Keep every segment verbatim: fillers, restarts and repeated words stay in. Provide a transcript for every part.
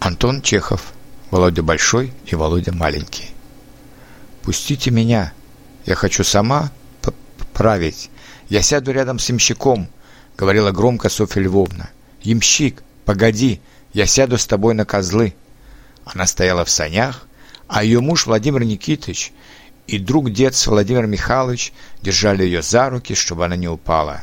Антон Чехов. Володя большой и Володя маленький. «Пустите меня, я хочу сама править. Я сяду рядом с ямщиком», — говорила громко Софья Львовна. «Ямщик, погоди, я сяду с тобой на козлы». Она стояла в санях, а ее муж Владимир Никитич и друг дед Владимир Михайлович держали ее за руки, чтобы она не упала.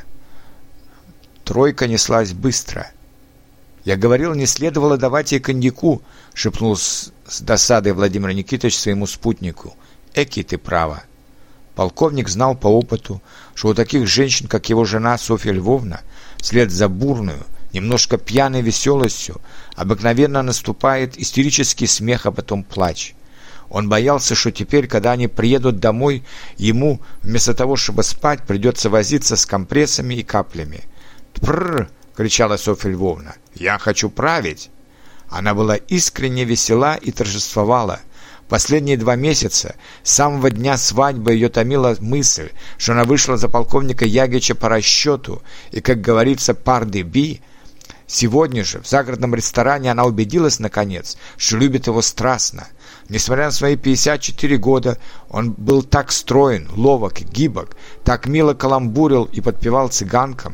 Тройка неслась быстро. «Я говорил, не следовало давать ей коньяку», — шепнул с, с досадой Владимир Никитич своему спутнику. «Эки ты права». Полковник знал по опыту, что у таких женщин, как его жена Софья Львовна, вслед за бурную, немножко пьяной веселостью обыкновенно наступает истерический смех, а потом плач. Он боялся, что теперь, когда они приедут домой, ему, вместо того, чтобы спать, придется возиться с компрессами и каплями. «Тпррр!» — кричала Софья Львовна. «Я хочу править!» Она была искренне весела и торжествовала. Последние два месяца, с самого дня свадьбы, ее томила мысль, что она вышла за полковника Ягича по расчету, и, как говорится, par de bi. Сегодня же в загородном ресторане она убедилась, наконец, что любит его страстно. Несмотря на свои пятьдесят четыре года, он был так строен, ловок и гибок, так мило каламбурил и подпевал цыганкам.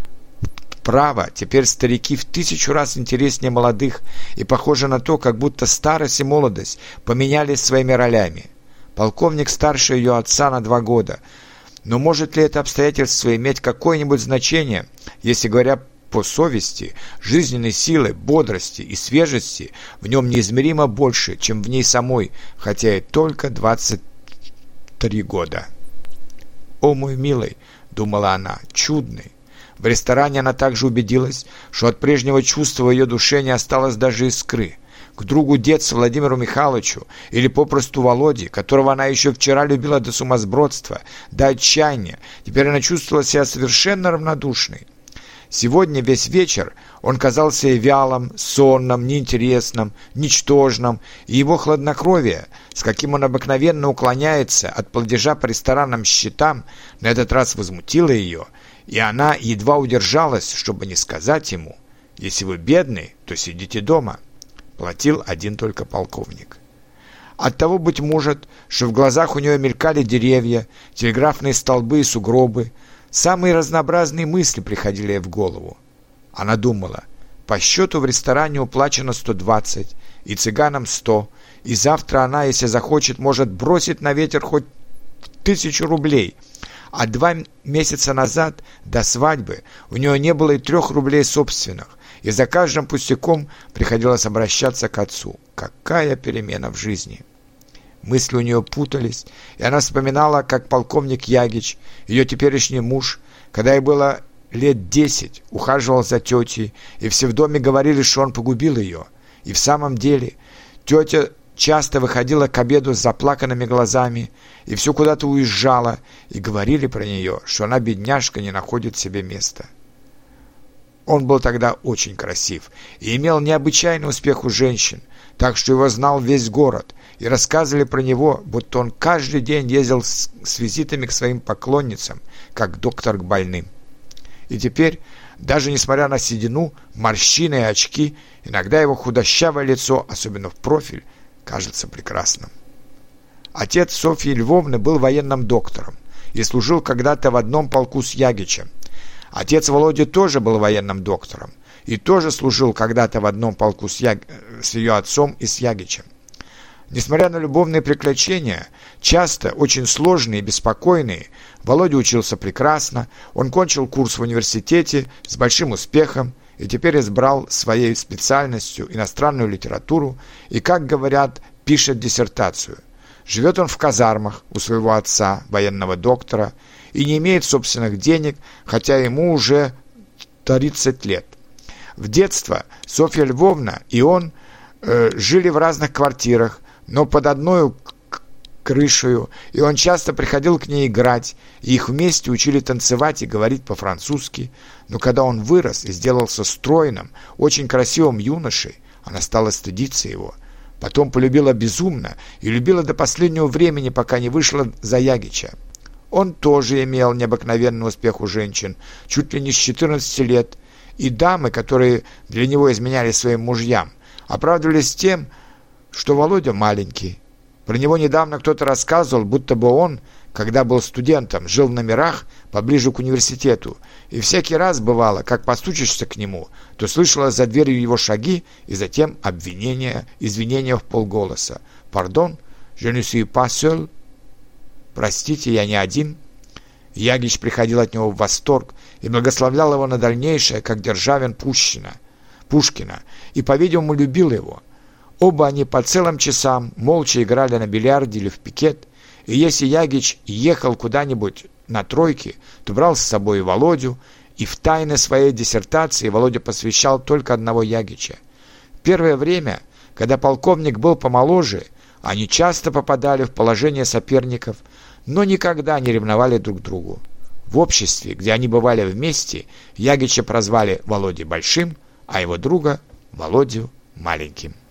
Право, теперь старики в тысячу раз интереснее молодых, и похоже на то, как будто старость и молодость поменялись своими ролями. Полковник старше ее отца на два года. Но может ли это обстоятельство иметь какое-нибудь значение, если, говоря по совести, жизненной силы, бодрости и свежести в нем неизмеримо больше, чем в ней самой, хотя и только двадцать три года? «О, мой милый!» — думала она, — «чудный!» В ресторане она также убедилась, что от прежнего чувства в ее душе не осталось даже искры. К другу детства Владимиру Михайловичу или попросту Володе, которого она еще вчера любила до сумасбродства, до отчаяния, теперь она чувствовала себя совершенно равнодушной. Сегодня весь вечер он казался ей вялым, сонным, неинтересным, ничтожным, и его хладнокровие, с каким он обыкновенно уклоняется от платежа по ресторанным счетам, на этот раз возмутило ее, и она едва удержалась, чтобы не сказать ему: «Если вы бедный, то сидите дома». Платил один только полковник. Оттого, быть может, что в глазах у нее мелькали деревья, телеграфные столбы и сугробы, самые разнообразные мысли приходили ей в голову. Она думала: по счету в ресторане уплачено сто двадцать, и цыганам сто, и завтра она, если захочет, может бросить на ветер хоть тысячу рублей. А два месяца назад, до свадьбы, у нее не было и трех рублей собственных, и за каждым пустяком приходилось обращаться к отцу. Какая перемена в жизни! Мысли у нее путались, и она вспоминала, как полковник Ягич, ее теперешний муж, когда ей было лет десять, ухаживал за тетей, и все в доме говорили, что он погубил ее. И в самом деле тетя часто выходила к обеду с заплаканными глазами и все куда-то уезжала, и говорили про нее, что она, бедняжка, не находит себе места. Он был тогда очень красив и имел необычайный успех у женщин, так что его знал весь город, и рассказывали про него, будто он каждый день ездил с, с визитами к своим поклонницам, как доктор к больным. И теперь, даже несмотря на седину, морщины и очки, иногда его худощавое лицо, особенно в профиль, кажется прекрасным. Отец Софьи Львовны был военным доктором и служил когда-то в одном полку с Ягичем. Отец Володи тоже был военным доктором и тоже служил когда-то в одном полку с, Яг... с ее отцом и с Ягичем. Несмотря на любовные приключения, часто очень сложные и беспокойные, Володя учился прекрасно, он кончил курс в университете с большим успехом и теперь избрал своей специальностью иностранную литературу и, как говорят, пишет диссертацию. Живет он в казармах у своего отца, военного доктора, и не имеет собственных денег, хотя ему уже тридцать лет. В детство Софья Львовна и он э, жили в разных квартирах, но под одной крышей, и он часто приходил к ней играть, и их вместе учили танцевать и говорить по-французски. Но когда он вырос и сделался стройным, очень красивым юношей, она стала стыдиться его. Потом полюбила безумно и любила до последнего времени, пока не вышла за Ягича. Он тоже имел необыкновенный успех у женщин, чуть ли не с четырнадцати лет, и дамы, которые для него изменяли своим мужьям, оправдывались тем, что Володя маленький. Про него недавно кто-то рассказывал, будто бы он, когда был студентом, жил в номерах поближе к университету, и всякий раз бывало, как постучишься к нему, то слышала за дверью его шаги и затем обвинения, извинения в полголоса. «Пардон, je ne suis pas seul». «Простите, я не один». Ягич приходил от него в восторг и благословлял его на дальнейшее, как Державин Пушкина, Пушкина, и, по-видимому, любил его. Оба они по целым часам молча играли на бильярде или в пикет, и если Ягич ехал куда-нибудь на тройке, то брал с собой и Володю, и в тайны своей диссертации Володя посвящал только одного Ягича. В первое время, когда полковник был помоложе, они часто попадали в положение соперников, но никогда не ревновали друг к другу. В обществе, где они бывали вместе, Ягича прозвали Володей Большим, а его друга Володю Маленьким.